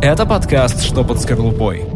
Это подкаст «Что под скорлупой?».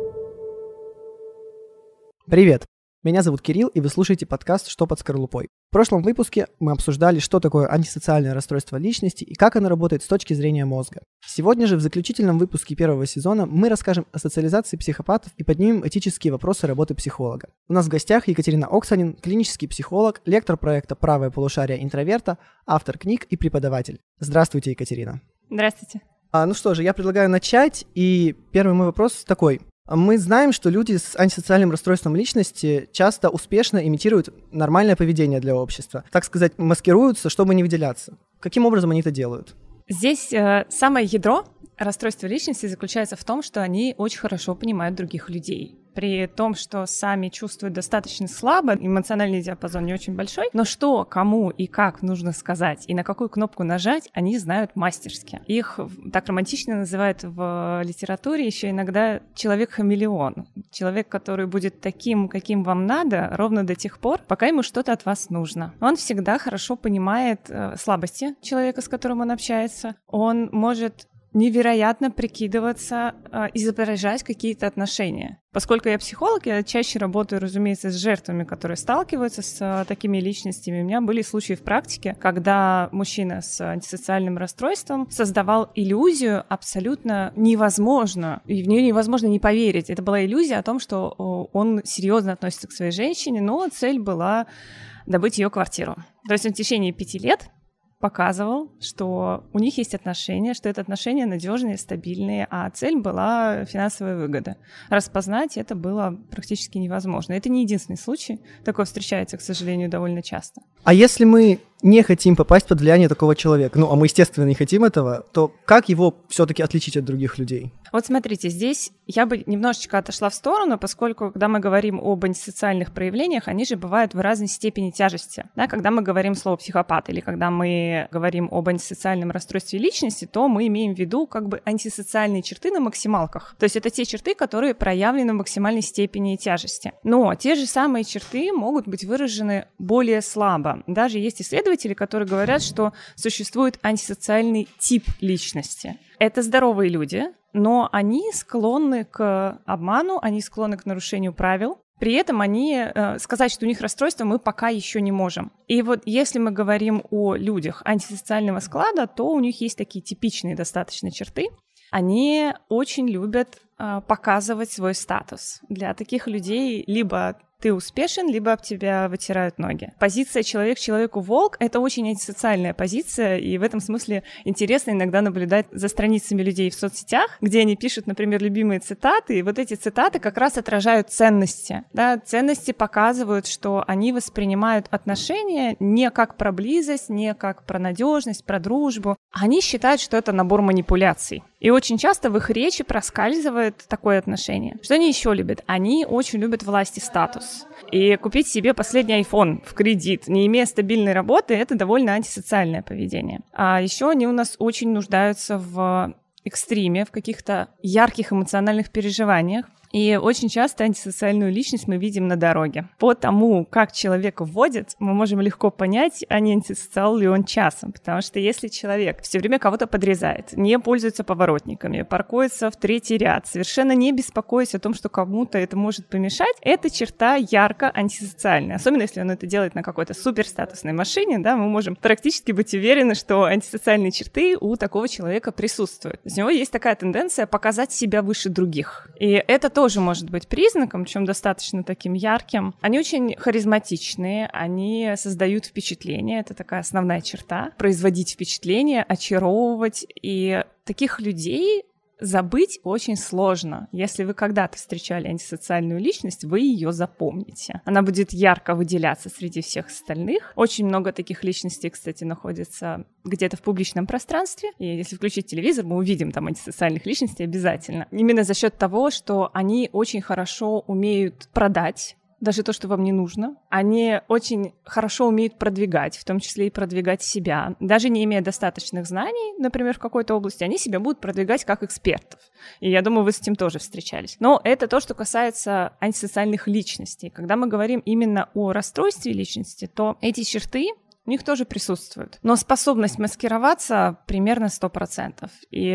Привет, меня зовут Кирилл, и вы слушаете подкаст «Что под скорлупой?». В прошлом выпуске мы обсуждали, что такое антисоциальное расстройство личности и как оно работает с точки зрения мозга. Сегодня же в заключительном выпуске первого сезона мы расскажем о социализации психопатов и поднимем этические вопросы работы психолога. У нас в гостях Екатерина Оксанин, клинический психолог, лектор проекта «Правое полушарие интроверта», автор книг и преподаватель. Здравствуйте, Екатерина. Здравствуйте. Ну что же, я предлагаю начать, и первый мой вопрос такой. Мы знаем, что люди с антисоциальным расстройством личности часто успешно имитируют нормальное поведение для общества. Так сказать, маскируются, чтобы не выделяться. Каким образом они это делают? Здесь самое ядро расстройства личности заключается в том, что они очень хорошо понимают других людей. При том, что сами чувствуют достаточно слабо, эмоциональный диапазон не очень большой, но что, кому и как нужно сказать, и на какую кнопку нажать, они знают мастерски. Их так романтично называют в литературе еще иногда человек-хамелеон. Человек, который будет таким, каким вам надо, ровно до тех пор, пока ему что-то от вас нужно. Он всегда хорошо понимает слабости человека, с которым он общается. Он может невероятно прикидываться, изображать какие-то отношения. Поскольку я психолог, я чаще работаю, разумеется, с жертвами, которые сталкиваются с такими личностями. У меня были случаи в практике, когда мужчина с антисоциальным расстройством создавал иллюзию абсолютно невозможно, и в нее невозможно не поверить. Это была иллюзия о том, что он серьезно относится к своей женщине, но цель была добыть ее квартиру. То есть он в течение 5 лет показывал, что у них есть отношения, что это отношения надежные, стабильные, а цель была финансовая выгода. Распознать это было практически невозможно. Это не единственный случай, такое встречается, к сожалению, довольно часто. А если мы не хотим попасть под влияние такого человека, а мы, естественно, не хотим этого, то как его все-таки отличить от других людей? Вот смотрите, здесь я бы немножечко отошла в сторону, поскольку, когда мы говорим об антисоциальных проявлениях, они же бывают в разной степени тяжести. Да, когда мы говорим слово «психопат» или когда мы говорим об антисоциальном расстройстве личности, то мы имеем в виду как бы антисоциальные черты на максималках. То есть это те черты, которые проявлены в максимальной степени тяжести. Но те же самые черты могут быть выражены более слабо. Даже есть исследователи, которые говорят, что существует антисоциальный тип личности. Это здоровые люди, но они склонны к обману, они склонны к нарушению правил. При этом они сказать, что у них расстройство, мы пока еще не можем. И вот если мы говорим о людях антисоциального склада, то у них есть такие типичные достаточно черты. Они очень любят показывать свой статус. Для таких людей либо ты успешен, либо об тебя вытирают ноги. Позиция «человек человеку волк» — это очень антисоциальная позиция, и в этом смысле интересно иногда наблюдать за страницами людей в соцсетях, где они пишут, например, любимые цитаты, и вот эти цитаты как раз отражают ценности. Да? Ценности показывают, что они воспринимают отношения не как про близость, не как про надежность, про дружбу. Они считают, что это набор манипуляций. И очень часто в их речи проскальзывает такое отношение. Что они еще любят? Они очень любят власть и статус. И купить себе последний iPhone в кредит, не имея стабильной работы, это довольно антисоциальное поведение. А еще они у нас очень нуждаются в экстриме, в каких-то ярких эмоциональных переживаниях. И очень часто антисоциальную личность мы видим на дороге. По тому, как человека вводят, мы можем легко понять, а не антисоциал ли он часом. Потому что если человек все время кого-то подрезает, не пользуется поворотниками, паркуется в третий ряд, совершенно не беспокоясь о том, что кому-то это может помешать, эта черта ярко антисоциальная. Особенно если он это делает на какой-то суперстатусной машине, да, мы можем практически быть уверены, что антисоциальные черты у такого человека присутствуют. У него есть такая тенденция показать себя выше других. И это тоже может быть признаком, причем достаточно таким ярким. Они очень харизматичные, они создают впечатление, это такая основная черта. Производить впечатление, очаровывать. И таких людей забыть очень сложно. Если вы когда-то встречали антисоциальную личность, вы ее запомните. Она будет ярко выделяться среди всех остальных. Очень много таких личностей, кстати, находится где-то в публичном пространстве. И если включить телевизор, мы увидим там антисоциальных личностей обязательно. Именно за счет того, что они очень хорошо умеют продать даже то, что вам не нужно. Они очень хорошо умеют продвигать, в том числе и продвигать себя. Даже не имея достаточных знаний, например, в какой-то области, они себя будут продвигать как экспертов. И я думаю, вы с этим тоже встречались. Но это то, что касается антисоциальных личностей. Когда мы говорим именно о расстройстве личности, то эти черты у них тоже присутствуют. Но способность маскироваться примерно 100%. И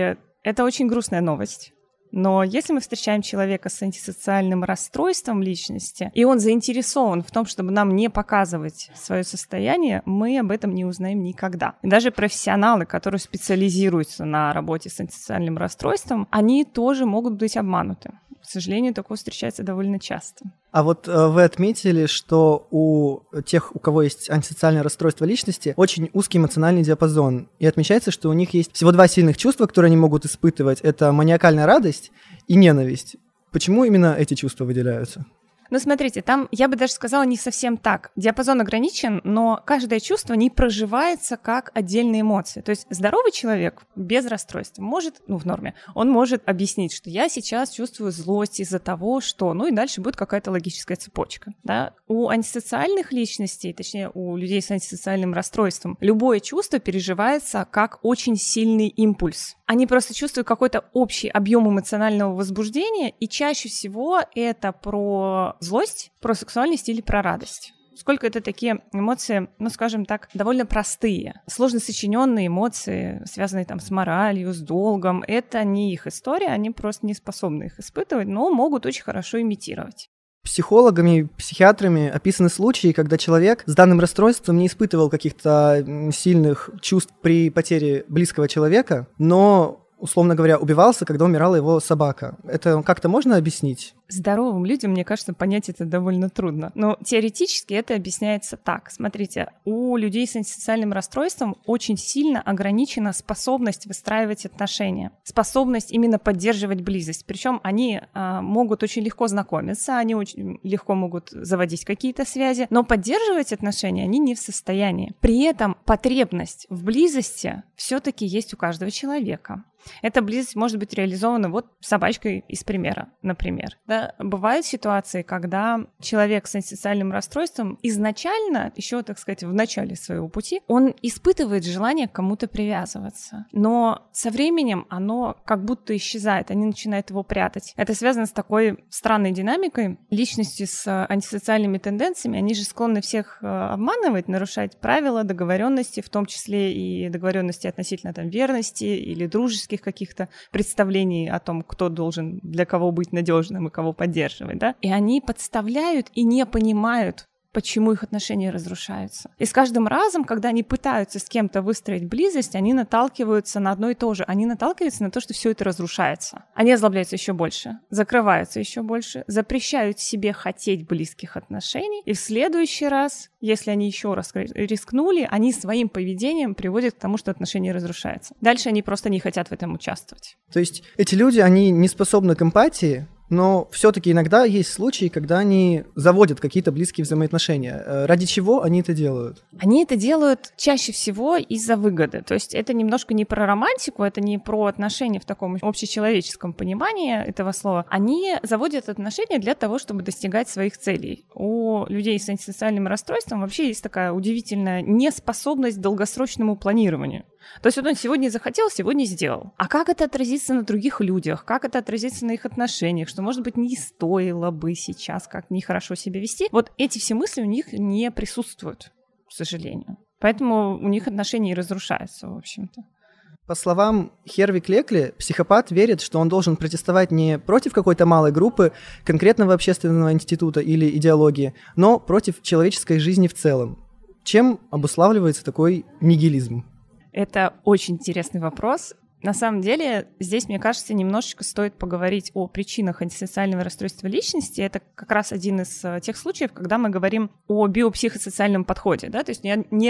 Это очень грустная новость. Но если мы встречаем человека с антисоциальным расстройством личности, и он заинтересован в том, чтобы нам не показывать свое состояние, мы об этом не узнаем никогда. И даже профессионалы, которые специализируются на работе с антисоциальным расстройством, они тоже могут быть обмануты. К сожалению, такое встречается довольно часто. А вот вы отметили, что у тех, у кого есть антисоциальное расстройство личности, очень узкий эмоциональный диапазон. И отмечается, что у них есть всего 2 сильных чувства, которые они могут испытывать. Это маниакальная радость и ненависть. Почему именно эти чувства выделяются? Ну, смотрите, там, я бы даже сказала, не совсем так. Диапазон ограничен, но каждое чувство не проживается как отдельные эмоции. То есть здоровый человек без расстройства может, в норме, он может объяснить, что я сейчас чувствую злость из-за того, что, и дальше будет какая-то логическая цепочка. Да? У антисоциальных личностей, точнее, у людей с антисоциальным расстройством, любое чувство переживается как очень сильный импульс. Они просто чувствуют какой-то общий объем эмоционального возбуждения, и чаще всего это про злость, про сексуальность или про радость. Сколько это такие эмоции, скажем так, довольно простые, сложно сочиненные эмоции, связанные там с моралью, с долгом. Это не их история, они просто не способны их испытывать, но могут очень хорошо имитировать. Психологами, психиатрами описаны случаи, когда человек с данным расстройством не испытывал каких-то сильных чувств при потере близкого человека, но, условно говоря, убивался, когда умирала его собака. Это как-то можно объяснить? Здоровым людям, мне кажется, понять это довольно трудно. Но теоретически это объясняется так. Смотрите, у людей с антисоциальным расстройством очень сильно ограничена способность выстраивать отношения, способность именно поддерживать близость. Причем они могут очень легко знакомиться, они очень легко могут заводить какие-то связи, но поддерживать отношения они не в состоянии. При этом потребность в близости все-таки есть у каждого человека. Эта близость может быть реализована собачкой из примера, например. Да? Бывают ситуации, когда человек с антисоциальным расстройством изначально, еще, так сказать, в начале своего пути, он испытывает желание к кому-то привязываться. Но со временем оно как будто исчезает, они начинают его прятать. Это связано с такой странной динамикой. Личности с антисоциальными тенденциями, они же склонны всех обманывать, нарушать правила, договоренности, в том числе и договоренности относительно верности или дружеских каких-то представлений о том, кто должен для кого быть надежным и кого поддерживать, да? И они подставляют и не понимают, почему их отношения разрушаются. И с каждым разом, когда они пытаются с кем-то выстроить близость, они наталкиваются на одно и то же. Они наталкиваются на то, что все это разрушается. Они озлобляются еще больше, закрываются еще больше, запрещают себе хотеть близких отношений. И в следующий раз, если они еще раз рискнули, они своим поведением приводят к тому, что отношения разрушаются. Дальше они просто не хотят в этом участвовать. То есть эти люди, они не способны к эмпатии, но все-таки иногда есть случаи, когда они заводят какие-то близкие взаимоотношения. Ради чего они это делают? Они это делают чаще всего из-за выгоды. То есть это немножко не про романтику, это не про отношения в таком общечеловеческом понимании этого слова. Они заводят отношения для того, чтобы достигать своих целей. У людей с антисоциальным расстройством вообще есть такая удивительная неспособность к долгосрочному планированию. То есть он сегодня захотел, сегодня сделал. А как это отразится на других людях? Как это отразится на их отношениях? Что, может быть, не стоило бы сейчас как нехорошо себя вести? Эти все мысли у них не присутствуют, к сожалению. Поэтому у них отношения и разрушаются, в общем-то. По словам Херви Клекли, психопат верит, что он должен протестовать не против какой-то малой группы, конкретного общественного института или идеологии, но против человеческой жизни в целом. Чем обуславливается такой нигилизм? Это очень интересный вопрос. На самом деле, здесь, мне кажется, немножечко стоит поговорить о причинах антисоциального расстройства личности. Это как раз один из тех случаев, когда мы говорим о биопсихосоциальном подходе. Да? То есть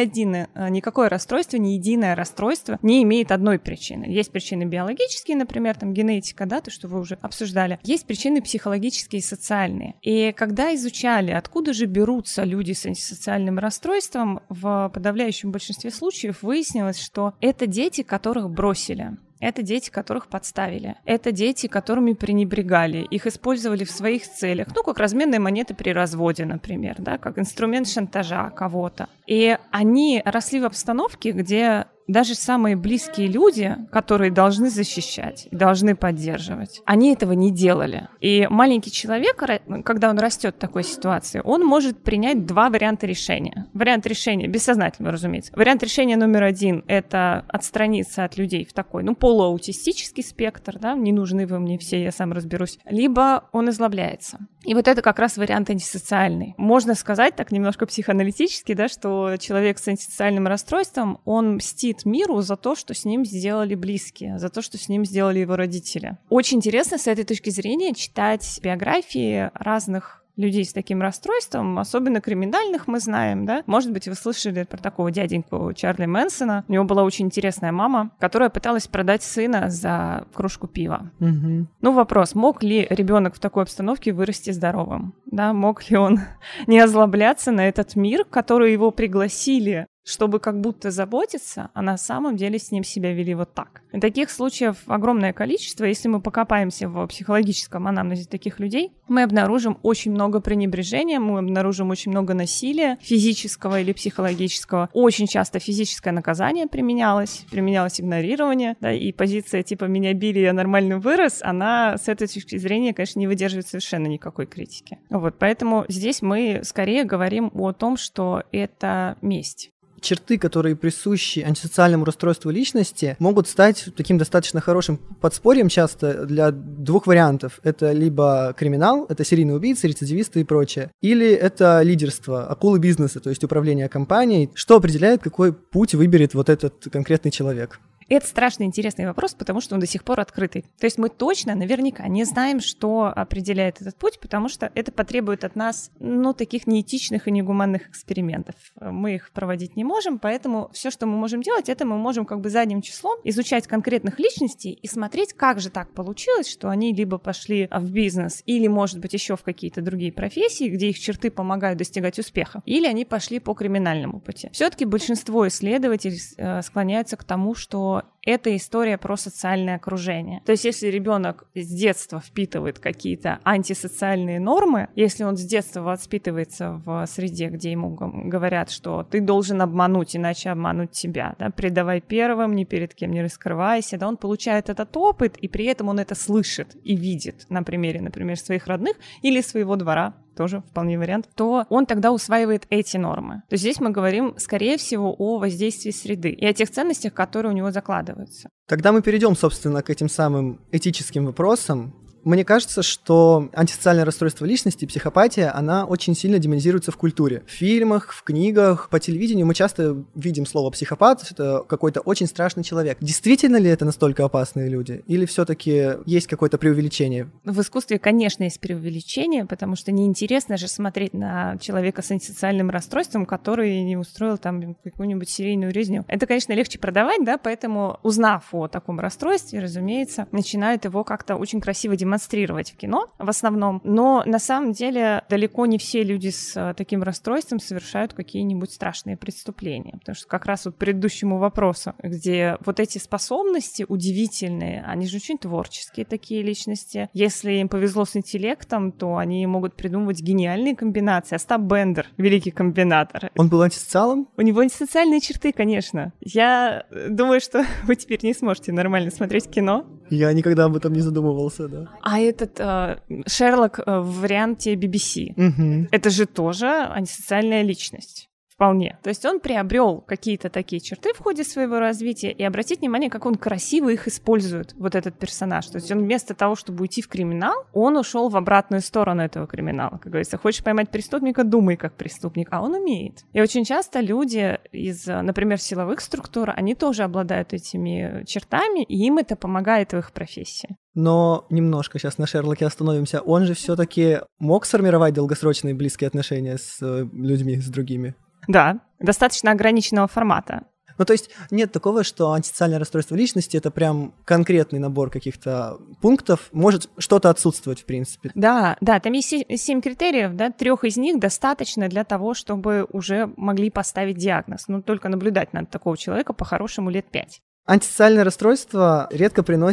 никакое расстройство, ни единое расстройство не имеет одной причины. Есть причины биологические, например, генетика, да, то, что вы уже обсуждали. Есть причины психологические и социальные. И когда изучали, откуда же берутся люди с антисоциальным расстройством, в подавляющем большинстве случаев выяснилось, что это дети, которых бросили. Это дети, которых подставили. Это дети, которыми пренебрегали. Их использовали в своих целях. Как разменные монеты при разводе, например, да, как инструмент шантажа кого-то. И они росли в обстановке, где даже самые близкие люди, которые должны защищать, должны поддерживать, они этого не делали. И маленький человек, когда он растет в такой ситуации, он может принять два варианта решения. Вариант решения, бессознательно, разумеется. Вариант решения номер один — это отстраниться от людей в такой, полуаутистический спектр, да, не нужны вы мне все, я сам разберусь. Либо он озлобляется. И вот это как раз вариант антисоциальный. Можно сказать так немножко психоаналитически, да, что человек с антисоциальным расстройством, он мстит миру за то, что с ним сделали близкие, за то, что с ним сделали его родители. Очень интересно с этой точки зрения читать биографии разных людей с таким расстройством, особенно криминальных, мы знаем, да. Может быть, вы слышали про такого дяденьку Чарли Мэнсона. У него была очень интересная мама, которая пыталась продать сына за кружку пива. Вопрос, мог ли ребенок в такой обстановке вырасти здоровым? Да, мог ли он не озлобляться на этот мир, в который его пригласили, чтобы как будто заботиться, а на самом деле с ним себя вели вот так. И таких случаев огромное количество. Если мы покопаемся в психологическом анамнезе таких людей, мы обнаружим очень много пренебрежения, мы обнаружим очень много насилия, физического или психологического. Очень часто физическое наказание применялось игнорирование, да, и позиция типа «меня били, я нормально вырос», она с этой точки зрения, конечно, не выдерживает совершенно никакой критики. Поэтому здесь мы скорее говорим о том, что это месть. Черты, которые присущи антисоциальному расстройству личности, могут стать таким достаточно хорошим подспорьем часто для двух вариантов. Это либо криминал, это серийные убийцы, рецидивисты и прочее, или это лидерство, акулы бизнеса, то есть управление компанией, что определяет, какой путь выберет вот этот конкретный человек. Это страшно интересный вопрос, потому что он до сих пор открытый. То есть мы точно, наверняка, не знаем, что определяет этот путь, потому что это потребует от нас, таких неэтичных и негуманных экспериментов. Мы их проводить не можем, поэтому все, что мы можем делать, это мы можем задним числом изучать конкретных личностей и смотреть, как же так получилось, что они либо пошли в бизнес, или, может быть, еще в какие-то другие профессии, где их черты помогают достигать успеха, или они пошли по криминальному пути. Все-таки большинство исследователей склоняются к тому, что это история про социальное окружение. То есть если ребенок с детства впитывает какие-то антисоциальные нормы, если он с детства воспитывается в среде, где ему говорят, что ты должен обмануть, иначе обманут тебя, да, предавай первым, ни перед кем не раскрывайся, да, он получает этот опыт, и при этом он это слышит и видит на примере, например, своих родных или своего двора, тоже вполне вариант, то он тогда усваивает эти нормы. То есть здесь мы говорим, скорее всего, о воздействии среды и о тех ценностях, которые у него закладываются. Тогда мы перейдем, собственно, к этим самым этическим вопросам. Мне кажется, что антисоциальное расстройство личности, психопатия, она очень сильно демонизируется в культуре. В фильмах, в книгах, по телевидению мы часто видим слово «психопат», это какой-то очень страшный человек. Действительно ли это настолько опасные люди? Или все-таки есть какое-то преувеличение? В искусстве, конечно, есть преувеличение, потому что неинтересно же смотреть на человека с антисоциальным расстройством, который не устроил там какую-нибудь серийную резню. Это, конечно, легче продавать, да, поэтому, узнав о таком расстройстве, разумеется, начинают его как-то очень красиво демонстрировать в кино в основном, но на самом деле далеко не все люди с таким расстройством совершают какие-нибудь страшные преступления, потому что как раз к предыдущему вопросу, где вот эти способности удивительные, они же очень творческие такие личности. Если им повезло с интеллектом, то они могут придумывать гениальные комбинации. Остап Бендер, великий комбинатор. Он был антисоциалом? У него антисоциальные черты, конечно. Я думаю, что вы теперь не сможете нормально смотреть кино. Я никогда об этом не задумывался, да. А этот Шерлок в варианте BBC, это же тоже антисоциальная личность. Вполне. То есть он приобрел какие-то такие черты в ходе своего развития, и обратите внимание, как он красиво их использует, вот этот персонаж. То есть он вместо того, чтобы уйти в криминал, он ушел в обратную сторону этого криминала. Как говорится, хочешь поймать преступника, думай как преступник, а он умеет. И очень часто люди из, например, силовых структур, они тоже обладают этими чертами, и им это помогает в их профессии. Но немножко сейчас на Шерлоке остановимся. Он же все-таки мог сформировать долгосрочные близкие отношения с людьми, с другими? Да, достаточно ограниченного формата. Ну, то есть нет такого, что антисоциальное расстройство личности — это прям конкретный набор каких-то пунктов, может что-то отсутствовать, в принципе. Да, там есть 7 критериев, да, 3 из них достаточно для того, чтобы уже могли поставить диагноз. Но только наблюдать надо такого человека по-хорошему лет 5. Антисоциальное расстройство редко приносит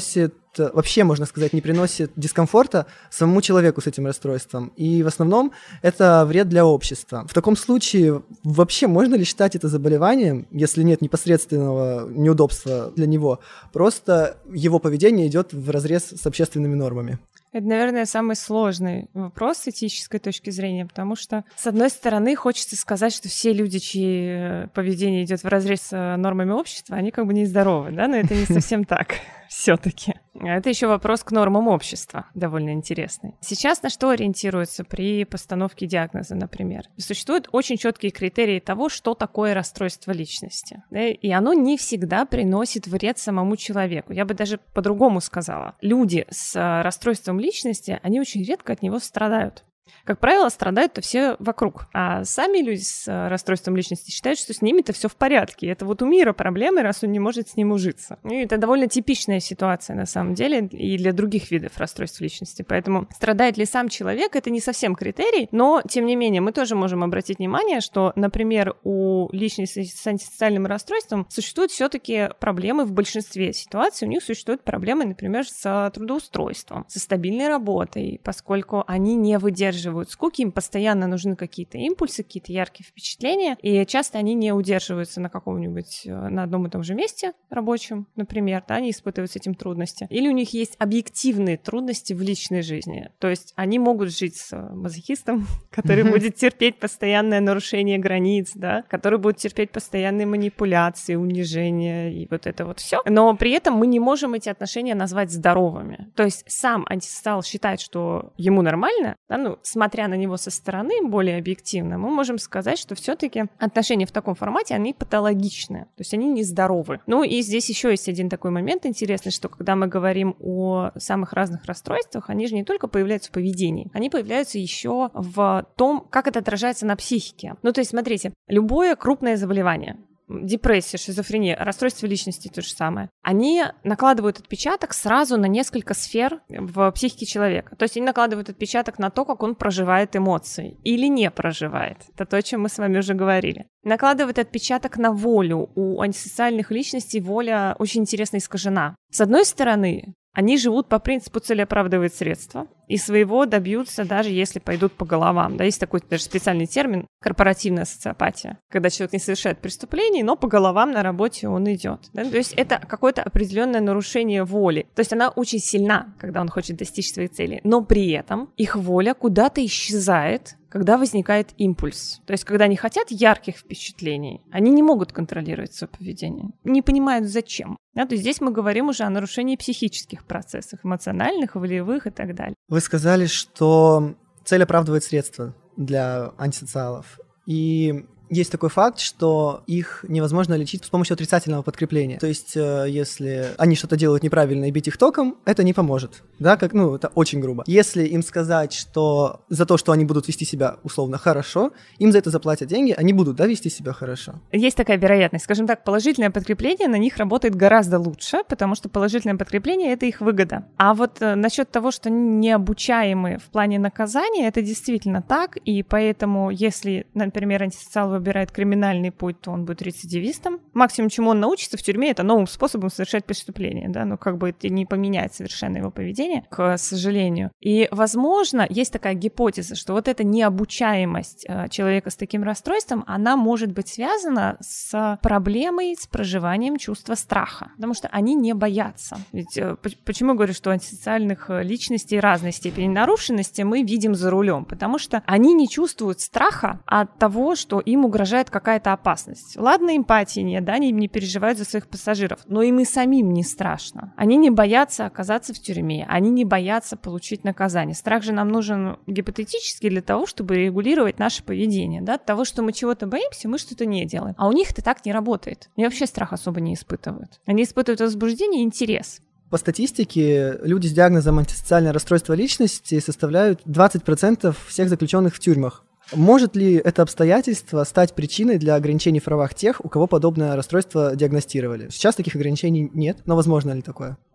вообще, можно сказать, не приносит дискомфорта самому человеку с этим расстройством. И в основном это вред для общества. В таком случае вообще можно ли считать это заболеванием, если нет непосредственного неудобства для него? Просто его поведение идет вразрез с общественными нормами. Это, наверное, самый сложный вопрос с этической точки зрения, потому что, с одной стороны, хочется сказать, что все люди, чьи поведение идет вразрез с нормами общества, они как бы нездоровы, да, но это не совсем так все-таки. Это еще вопрос к нормам общества, довольно интересный. Сейчас на что ориентируются при постановке диагноза, например? Существуют очень четкие критерии того, что такое расстройство личности, да? И оно не всегда приносит вред самому человеку. Я бы даже по-другому сказала. Люди с расстройством личности, они очень редко от него страдают. Как правило, страдают-то все вокруг. А сами люди с расстройством личности считают, что с ними-то все в порядке. Это вот у мира проблемы, раз он не может с ним ужиться. И это довольно типичная ситуация на самом деле и для других видов расстройств личности. Поэтому страдает ли сам человек, это не совсем критерий, но, тем не менее, мы тоже можем обратить внимание, что, например, у личности с антисоциальным расстройством существуют все-таки проблемы в большинстве ситуаций. У них существуют проблемы, например, с трудоустройством, со стабильной работой, поскольку они не выдерживают скуки, им постоянно нужны какие-то импульсы, какие-то яркие впечатления, и часто они не удерживаются на одном и том же месте рабочем, например, да, они испытывают с этим трудности. Или у них есть объективные трудности в личной жизни, то есть они могут жить с мазохистом, который будет терпеть постоянное нарушение границ, да, который будет терпеть постоянные манипуляции, унижения и вот это вот все. Но при этом мы не можем эти отношения назвать здоровыми. То есть сам антисоциал считает, что ему нормально, да, смотря на него со стороны, более объективно, мы можем сказать, что все-таки отношения в таком формате, они патологичны, то есть они нездоровы. Ну и здесь еще есть один такой момент интересный, что когда мы говорим о самых разных расстройствах, они же не только появляются в поведении, они появляются еще в том, как это отражается на психике. Ну то есть смотрите, любое крупное заболевание, депрессия, шизофрения, расстройство личности то же самое. Они накладывают отпечаток сразу на несколько сфер в психике человека. То есть они накладывают отпечаток на то, как он проживает эмоции или не проживает. Это то, о чем мы с вами уже говорили. Накладывает отпечаток на волю. У антисоциальных личностей воля очень интересно искажена. С одной стороны, они живут по принципу «цель оправдывает средства» и своего добьются, даже если пойдут по головам. Да, есть такой даже специальный термин «корпоративная социопатия», когда человек не совершает преступлений, но по головам на работе он идет. Да? То есть это какое-то определенное нарушение воли. То есть она очень сильна, когда он хочет достичь своей цели, но при этом их воля куда-то исчезает, когда возникает импульс. То есть, когда они хотят ярких впечатлений, они не могут контролировать свое поведение, не понимают зачем. Да, то есть здесь мы говорим уже о нарушении психических процессов, эмоциональных, волевых и так далее. Вы сказали, что цель оправдывает средства для антисоциалов. И есть такой факт, что их невозможно лечить с помощью отрицательного подкрепления. То есть, если они что-то делают неправильно и бить их током, это не поможет. Да, это очень грубо. Если им сказать, что за то, что они будут вести себя условно хорошо, им за это заплатят деньги, они будут, да, вести себя хорошо. Есть такая вероятность. Скажем так, положительное подкрепление на них работает гораздо лучше, потому что положительное подкрепление — это их выгода. А вот насчет того, что они необучаемы в плане наказания, это действительно так, и поэтому, если, например, антисоциал выбирает криминальный путь, то он будет рецидивистом. Максимум, чему он научится в тюрьме, это новым способом совершать преступления, да, но как бы это не поменяет совершенно его поведение, к сожалению. И, возможно, есть такая гипотеза, что вот эта необучаемость человека с таким расстройством, она может быть связана с проблемой с проживанием чувства страха, потому что они не боятся. Ведь почему я говорю, что у антисоциальных личностей разной степени нарушенности мы видим за рулем? Потому что они не чувствуют страха от того, что им угрожает какая-то опасность. Ладно, эмпатии нет, да, они не переживают за своих пассажиров, но им и самим не страшно. Они не боятся оказаться в тюрьме, они не боятся получить наказание. Страх же нам нужен гипотетически для того, чтобы регулировать наше поведение, да, от того, что мы чего-то боимся, мы что-то не делаем. А у них это так не работает. Они вообще страх особо не испытывают. Они испытывают возбуждение и интерес. По статистике, люди с диагнозом антисоциальное расстройство личности составляют 20% всех заключенных в тюрьмах. Может ли это обстоятельство стать причиной для ограничений в правах тех, у кого подобное расстройство диагностировали? Сейчас таких ограничений нет, но возможно ли такое?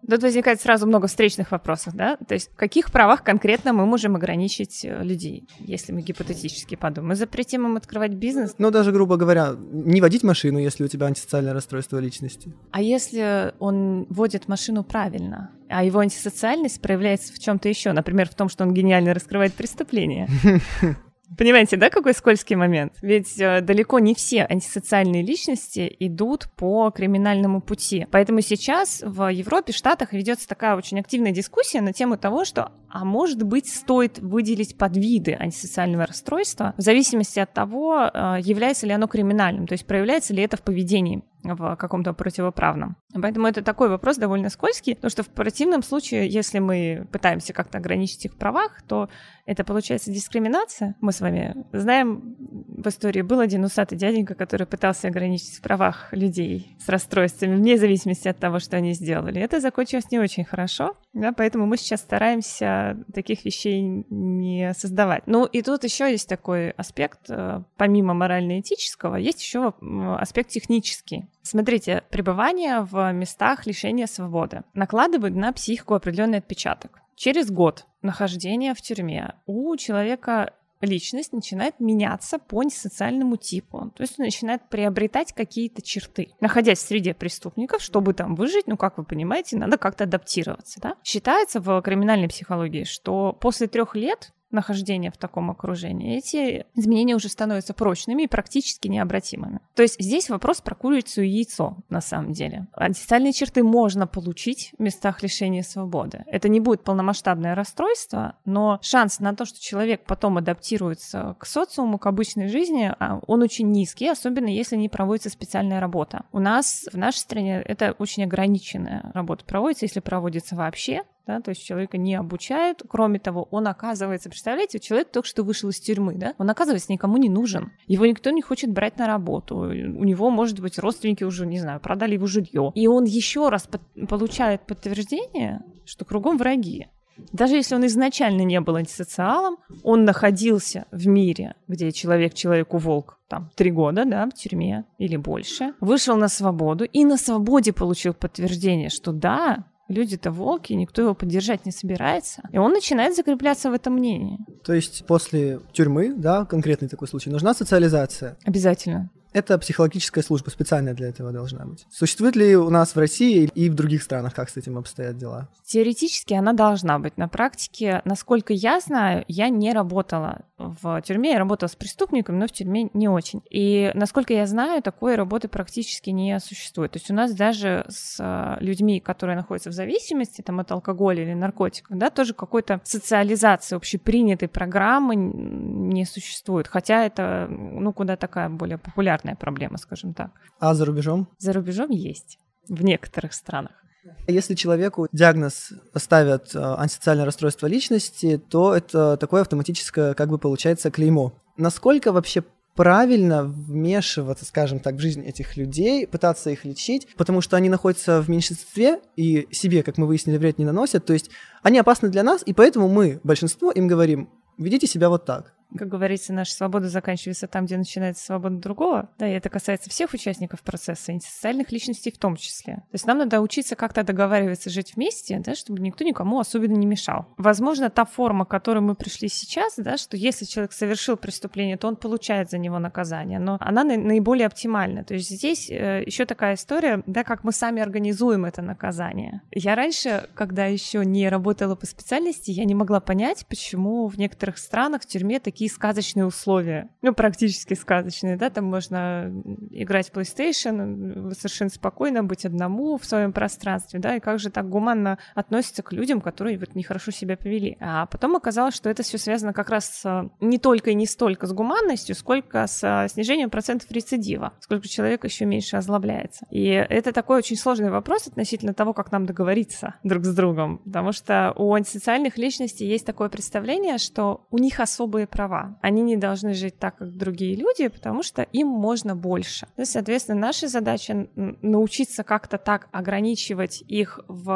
Тут возникает сразу много встречных вопросов, да? То есть в каких правах конкретно мы можем ограничить людей, если мы гипотетически подумаем? Мы запретим им открывать бизнес? Ну, даже, грубо говоря, не водить машину, если у тебя антисоциальное расстройство личности. А если он водит машину правильно, а его антисоциальность проявляется в чем-то еще, например, в том, что он гениально раскрывает преступления? Понимаете, да, какой скользкий момент? Ведь далеко не все антисоциальные личности идут по криминальному пути. Поэтому сейчас в Европе, Штатах ведется такая очень активная дискуссия на тему того, что, а может быть, стоит выделить подвиды антисоциального расстройства в зависимости от того, является ли оно криминальным, то есть проявляется ли это в поведении в каком-то противоправном. Поэтому это такой вопрос довольно скользкий, потому что в противном случае, если мы пытаемся как-то ограничить их в правах, то это получается дискриминация. Мы с вами знаем, в истории был один усатый дяденька, который пытался ограничить в правах людей с расстройствами, вне зависимости от того, что они сделали. Это закончилось не очень хорошо, да, поэтому мы сейчас стараемся таких вещей не создавать. Ну и тут еще есть такой аспект, помимо морально-этического, есть еще аспект технический. Смотрите, пребывание в местах лишения свободы накладывает на психику определенный отпечаток. Через год нахождения в тюрьме у человека личность начинает меняться по антисоциальному типу. То есть он начинает приобретать какие-то черты. Находясь в среде преступников, чтобы там выжить, ну, как вы понимаете, надо как-то адаптироваться. Да? Считается в криминальной психологии, что после 3 лет нахождения в таком окружении, эти изменения уже становятся прочными и практически необратимыми. То есть здесь вопрос про курицу и яйцо, на самом деле. Антисоциальные черты можно получить в местах лишения свободы. Это не будет полномасштабное расстройство, но шанс на то, что человек потом адаптируется к социуму, к обычной жизни, он очень низкий, особенно если не проводится специальная работа. У нас в нашей стране это очень ограниченная работа проводится, если проводится вообще. Да, то есть человека не обучают. Кроме того, он оказывается, представляете, человек только что вышел из тюрьмы, да, он оказывается никому не нужен. Его никто не хочет брать на работу. У него, может быть, родственники уже, не знаю, продали его жилье. И он еще раз получает подтверждение, что кругом враги. Даже если он изначально не был антисоциалом, он находился в мире, где человек человеку волк, там, 3 года, да, в тюрьме или больше, вышел на свободу и на свободе получил подтверждение, что да, люди-то волки, никто его поддержать не собирается. И он начинает закрепляться в этом мнении. То есть после тюрьмы, да, конкретный такой случай, нужна социализация? Обязательно. Это психологическая служба, специальная для этого должна быть. Существует ли у нас в России и в других странах, как с этим обстоят дела? Теоретически она должна быть. На практике, насколько я знаю, я не работала в тюрьме, я работала с преступниками, но в тюрьме не очень. И, насколько я знаю, такой работы практически не существует. То есть у нас даже с людьми, которые находятся в зависимости там, от алкоголя или наркотиков, да, тоже какой-то социализации общепринятой программы не существует. Хотя это, ну, куда такая более популярная проблема, скажем так. А за рубежом? За рубежом есть. В некоторых странах. Если человеку диагноз ставят антисоциальное расстройство личности, то это такое автоматическое, как бы получается, клеймо. Насколько вообще правильно вмешиваться, скажем так, в жизнь этих людей, пытаться их лечить, потому что они находятся в меньшинстве и себе, как мы выяснили, вред не наносят, то есть они опасны для нас, и поэтому мы, большинство, им говорим: ведите себя вот так. Как говорится, наша свобода заканчивается там, где начинается свобода другого. Да, и это касается всех участников процесса, антисоциальных личностей в том числе. То есть нам надо учиться как-то договариваться, жить вместе, да, чтобы никто никому особенно не мешал. Возможно, та форма, к которой мы пришли сейчас, да, что если человек совершил преступление, то он получает за него наказание, но она наиболее оптимальна. То есть здесь еще такая история, да, как мы сами организуем это наказание. Я раньше, когда еще не работала по специальности, я не могла понять, почему в некоторых странах в тюрьме такие сказочные условия, ну, практически сказочные, да, там можно играть в PlayStation, совершенно спокойно быть одному в своем пространстве, да, и как же так гуманно относятся к людям, которые вот нехорошо себя повели. А потом оказалось, что это все связано как раз не только и не столько с гуманностью, сколько с снижением процентов рецидива, сколько человек еще меньше озлобляется. И это такой очень сложный вопрос относительно того, как нам договориться друг с другом, потому что у антисоциальных личностей есть такое представление, что у них особые права. Они не должны жить так, как другие люди, потому что им можно больше. То есть, соответственно, наша задача научиться как-то так ограничивать их в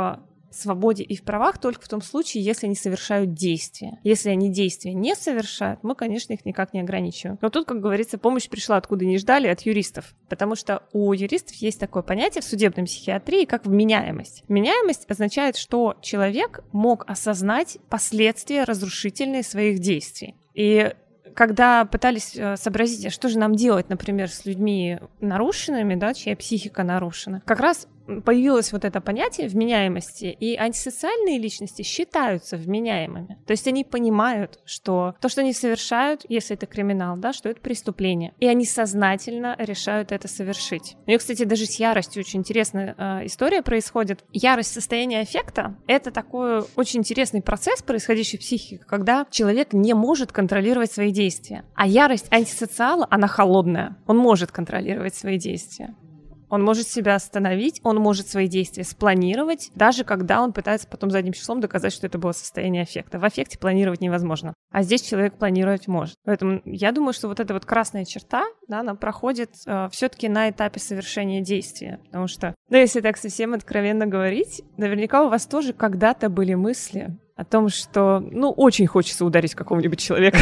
свободе и в правах только в том случае, если они совершают действия. Если они действия не совершают, мы, конечно, их никак не ограничиваем. Но тут, как говорится, помощь пришла откуда не ждали, от юристов. Потому что у юристов есть такое понятие в судебной психиатрии, как вменяемость. Вменяемость означает, что человек мог осознать последствия разрушительные своих действий. И когда пытались сообразить, а что же нам делать, например, с людьми нарушенными, да, чья психика нарушена, как раз появилось вот это понятие вменяемости, и антисоциальные личности считаются вменяемыми. То есть они понимают, что то, что они совершают, если это криминал, да, что это преступление, и они сознательно решают это совершить. У них, кстати, даже с яростью очень интересная история происходит. Ярость состояния аффекта — это такой очень интересный процесс, происходящий в психике, когда человек не может контролировать свои действия. А ярость антисоциала, она холодная. Он может контролировать свои действия. Он может себя остановить, он может свои действия спланировать, даже когда он пытается потом задним числом доказать, что это было состояние аффекта. В аффекте планировать невозможно, а здесь человек планировать может. Поэтому я думаю, что вот эта вот красная черта, да, она проходит все-таки на этапе совершения действия. Потому что, да, если так совсем откровенно говорить, наверняка у вас тоже когда-то были мысли о том, что, очень хочется ударить какого-нибудь человека.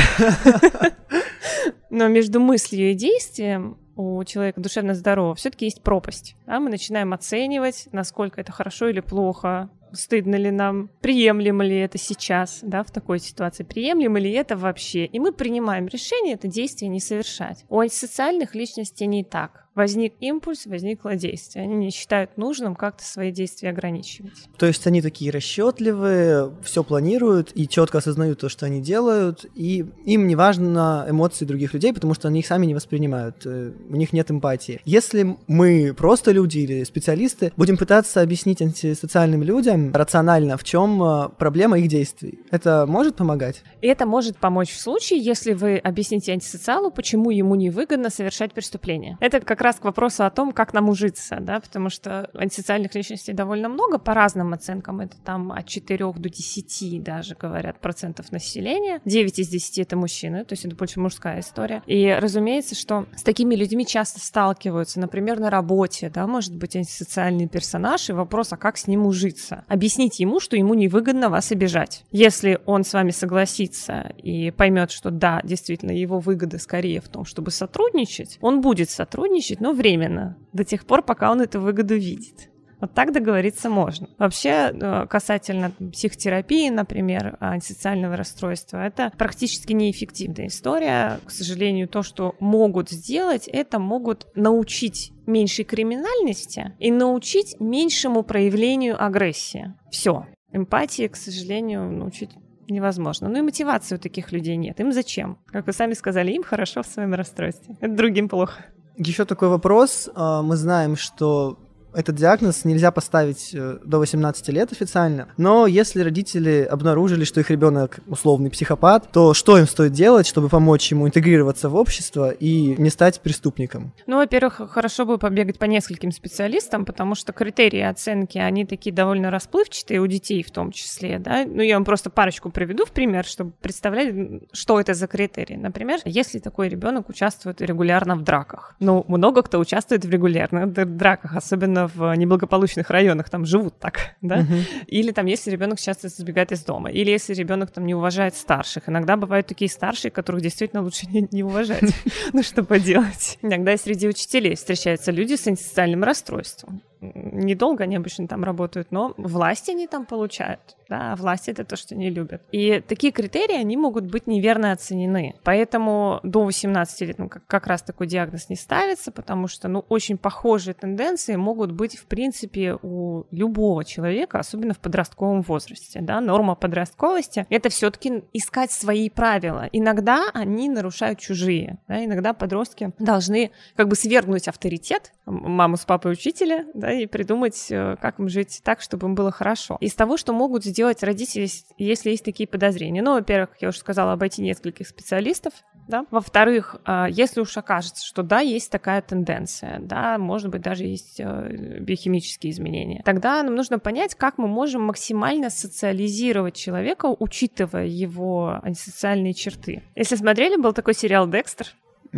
Но между мыслью и действием у человека душевно здорового все-таки есть пропасть. Да? Мы начинаем оценивать, насколько это хорошо или плохо, стыдно ли нам, приемлемо ли это сейчас, да, в такой ситуации, приемлемо ли это вообще. И мы принимаем решение это действие не совершать. У антисоциальных личностей не так. Возник импульс, возникло действие. Они не считают нужным как-то свои действия ограничивать. То есть они такие расчетливые, все планируют и четко осознают то, что они делают, и им не важно эмоции других людей, потому что они их сами не воспринимают, у них нет эмпатии. Если мы просто люди или специалисты будем пытаться объяснить антисоциальным людям рационально, в чем проблема их действий, это может помогать? И это может помочь в случае, если вы объясните антисоциалу, почему ему невыгодно совершать преступление. Это как раз к вопросу о том, как нам ужиться, да, потому что антисоциальных личностей довольно много, по разным оценкам, это там от 4 до 10 даже, говорят, процентов населения, 9 из 10 это мужчины, то есть это больше мужская история. И разумеется, что с такими людьми часто сталкиваются, например, на работе, да, может быть антисоциальный персонаж, и вопрос, а как с ним ужиться? Объяснить ему, что ему невыгодно вас обижать. Если он с вами согласится и поймет, что да, действительно, его выгода скорее в том, чтобы сотрудничать, он будет сотрудничать, но временно, до тех пор, пока он эту выгоду видит. Вот так договориться можно. Вообще, касательно психотерапии, например, антисоциального расстройства, это практически неэффективная история. К сожалению, то, что могут сделать, это могут научить меньшей криминальности и научить меньшему проявлению агрессии. Все. Эмпатии, к сожалению, научить невозможно. И мотивации у таких людей нет. Им зачем? Как вы сами сказали, им хорошо в своем расстройстве. Это другим плохо. Еще такой вопрос. Мы знаем, что этот диагноз нельзя поставить до 18 лет официально, но если родители обнаружили, что их ребенок условный психопат, то что им стоит делать, чтобы помочь ему интегрироваться в общество и не стать преступником? Во-первых, хорошо бы побегать по нескольким специалистам, потому что критерии оценки, они такие довольно расплывчатые, у детей в том числе, да. Я вам просто парочку приведу в пример, чтобы представлять, что это за критерии. Например, если такой ребенок участвует регулярно в драках. Много кто участвует в регулярных драках, особенно в неблагополучных районах, там живут так, да, или там, если ребенок часто сбегает из дома, или если ребенок там не уважает старших. Иногда бывают такие старшие, которых действительно лучше не уважать. Что поделать? Иногда и среди учителей встречаются люди с антисоциальным расстройством. Недолго они обычно там работают, но власть они там получают, да, а власть — это то, что они любят. И такие критерии, они могут быть неверно оценены. Поэтому до 18 лет как раз такой диагноз не ставится, потому что, очень похожие тенденции могут быть, в принципе, у любого человека, особенно в подростковом возрасте, да. Норма подростковости — это все-таки искать свои правила. Иногда они нарушают чужие, да, иногда подростки должны как бы свергнуть авторитет, маму с папой учителя, да, и придумать, как им жить так, чтобы им было хорошо. Из того, что могут сделать родители, если есть такие подозрения. Во-первых, как я уже сказала, обойти нескольких специалистов, да. Во-вторых, если уж окажется, что да, есть такая тенденция, да, может быть, даже есть биохимические изменения, тогда нам нужно понять, как мы можем максимально социализировать человека, учитывая его антисоциальные черты. Если смотрели, был такой сериал «Декстер». Нет.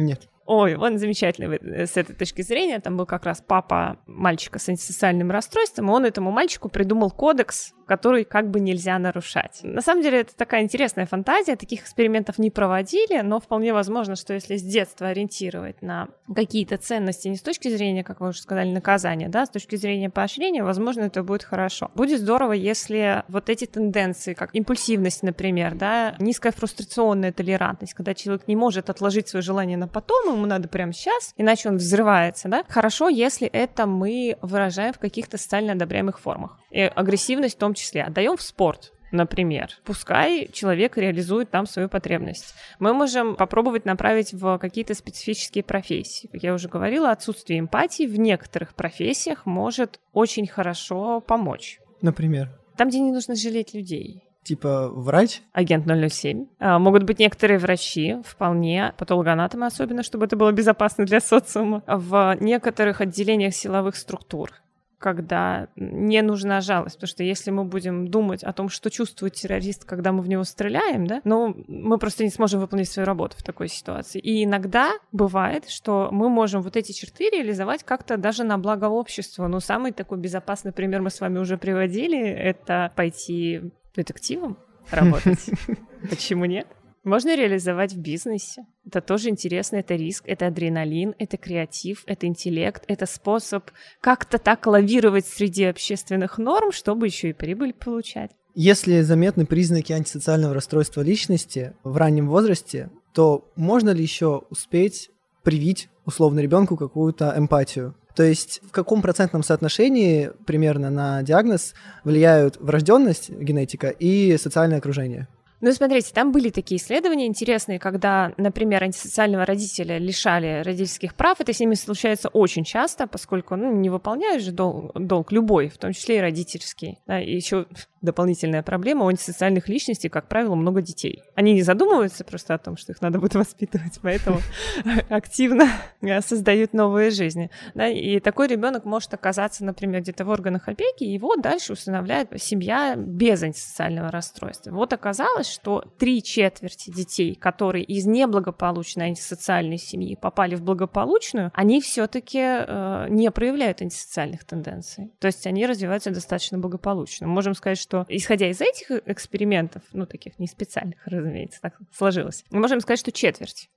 Ой, он замечательный с этой точки зрения. Там был как раз папа мальчика с антисоциальным расстройством, и он этому мальчику придумал кодекс, который как бы нельзя нарушать. На самом деле это такая интересная фантазия, таких экспериментов не проводили, но вполне возможно, что если с детства ориентировать на какие-то ценности не с точки зрения, как вы уже сказали, наказания, да, с точки зрения поощрения, возможно, это будет хорошо. Будет здорово, если вот эти тенденции, как импульсивность, например, да, низкая фрустрационная толерантность, когда человек не может отложить свое желание на потом, ему надо прямо сейчас, иначе он взрывается, да. Хорошо, если это мы выражаем в каких-то социально одобряемых формах. И агрессивность в том числе отдаем в спорт, например. Пускай человек реализует там свою потребность. Мы можем попробовать направить в какие-то специфические профессии. Как я уже говорила, отсутствие эмпатии в некоторых профессиях может очень хорошо помочь. Например? Там, где не нужно жалеть людей. Типа врач? Агент 007. Могут быть некоторые врачи, вполне, патологоанатомы особенно, чтобы это было безопасно для социума, в некоторых отделениях силовых структур, когда не нужна жалость, потому что если мы будем думать о том, что чувствует террорист, когда мы в него стреляем, да, мы просто не сможем выполнить свою работу в такой ситуации. И иногда бывает, что мы можем вот эти черты реализовать как-то даже на благо общества. Но самый такой безопасный пример мы с вами уже приводили, это пойти детективом работать. Почему нет? Можно реализовать в бизнесе. Это тоже интересно, это риск, это адреналин, это креатив, это интеллект, это способ как-то так лавировать среди общественных норм, чтобы еще и прибыль получать. Если заметны признаки антисоциального расстройства личности в раннем возрасте, то можно ли еще успеть привить условно ребенку какую-то эмпатию? То есть в каком процентном соотношении примерно на диагноз влияют врожденность, генетика и социальное окружение? Ну, смотрите, там были такие исследования интересные, когда, например, антисоциального родителя лишали родительских прав. Это с ними случается очень часто, поскольку не выполняют же долг любой, в том числе и родительский. Да, и еще дополнительная проблема: у антисоциальных личностей, как правило, много детей. Они не задумываются просто о том, что их надо будет воспитывать, поэтому активно создают новые жизни. Да, и такой ребенок может оказаться, например, где-то в органах опеки, и его дальше усыновляет семья без антисоциального расстройства. Вот оказалось, что 3/4 детей, которые из неблагополучной антисоциальной семьи попали в благополучную, они все-таки не проявляют антисоциальных тенденций. То есть они развиваются достаточно благополучно. Мы можем сказать, что исходя из этих экспериментов, таких не специальных, разумеется, так сложилось, мы можем сказать, что 1/4.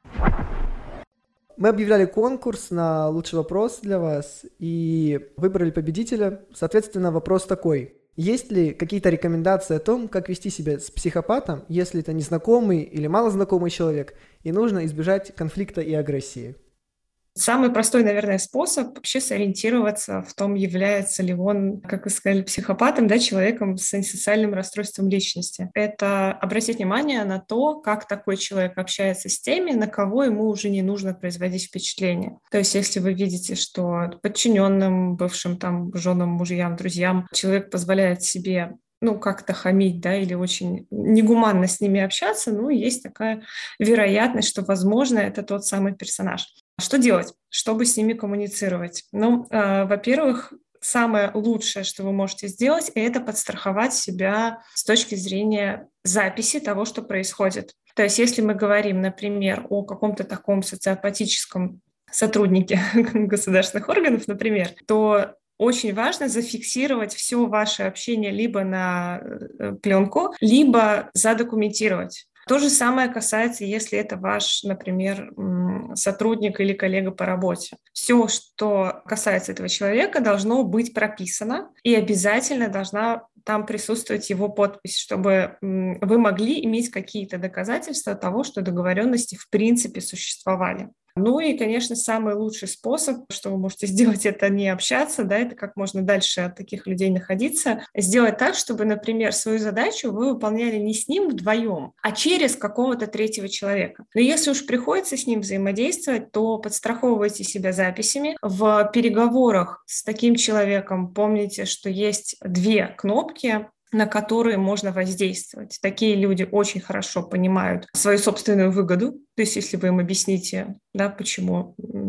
Мы объявляли конкурс на лучший вопрос для вас и выбрали победителя. Соответственно, вопрос такой. Есть ли какие-то рекомендации о том, как вести себя с психопатом, если это незнакомый или малознакомый человек, и нужно избежать конфликта и агрессии? Самый простой, наверное, способ вообще сориентироваться в том, является ли он, как вы сказали, психопатом, да, человеком с антисоциальным расстройством личности. Это обратить внимание на то, как такой человек общается с теми, на кого ему уже не нужно производить впечатление. То есть если вы видите, что подчиненным, бывшим женам, мужьям, друзьям человек позволяет себе как-то хамить, да, или очень негуманно с ними общаться, есть такая вероятность, что, возможно, это тот самый персонаж. Что делать, чтобы с ними коммуницировать? Во-первых, самое лучшее, что вы можете сделать, это подстраховать себя с точки зрения записи того, что происходит. То есть если мы говорим, например, о каком-то таком социопатическом сотруднике государственных органов, например, то очень важно зафиксировать все ваше общение либо на пленку, либо задокументировать. То же самое касается, если это ваш, например, сотрудник или коллега по работе. Все, что касается этого человека, должно быть прописано, и обязательно должна там присутствовать его подпись, чтобы вы могли иметь какие-то доказательства того, что договоренности в принципе существовали. И, конечно, самый лучший способ, что вы можете сделать, это не общаться, да, это как можно дальше от таких людей находиться, сделать так, чтобы, например, свою задачу вы выполняли не с ним вдвоем, а через какого-то третьего человека. Но если уж приходится с ним взаимодействовать, то подстраховывайте себя записями. В переговорах с таким человеком помните, что есть 2 кнопки, на которые можно воздействовать. Такие люди очень хорошо понимают свою собственную выгоду. То есть если вы им объясните, да, почему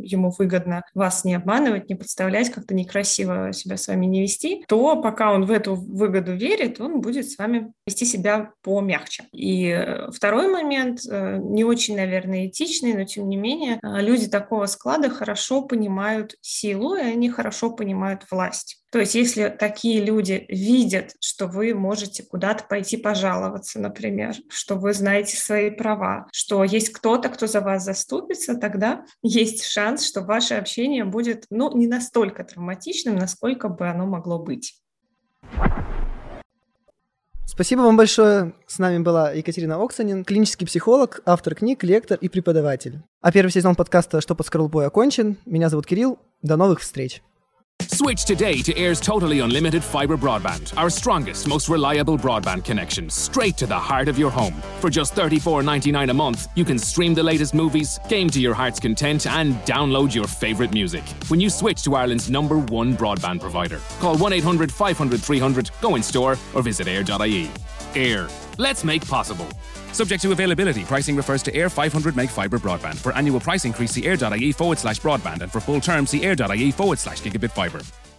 ему выгодно вас не обманывать, не подставлять, как-то некрасиво себя с вами не вести, то пока он в эту выгоду верит, он будет с вами вести себя помягче. И второй момент, не очень, наверное, этичный, но тем не менее, люди такого склада хорошо понимают силу, и они хорошо понимают власть. То есть если такие люди видят, что вы можете куда-то пойти пожаловаться, например, что вы знаете свои права, что есть кто-то, кто за вас заступится, тогда есть шанс, что ваше общение будет, не настолько травматичным, насколько бы оно могло быть. Спасибо вам большое. С нами была Екатерина Оксанин, клинический психолог, автор книг, лектор и преподаватель. А первый сезон подкаста «Что под скорлупой» окончен. Меня зовут Кирилл. До новых встреч. Switch today to Air's totally unlimited fibre broadband, our strongest, most reliable broadband connection, straight to the heart of your home. For just $34.99 a month, you can stream the latest movies, game to your heart's content, and download your favourite music. When you switch to Ireland's #1 broadband provider, call 1-800-500-300, go in store, or visit air.ie. Air. Let's make possible. Subject to availability. Pricing refers to Air 500 meg fibre broadband. For annual price increase, see air.ie/broadband, and for full terms, see air.ie/gigabit fibre.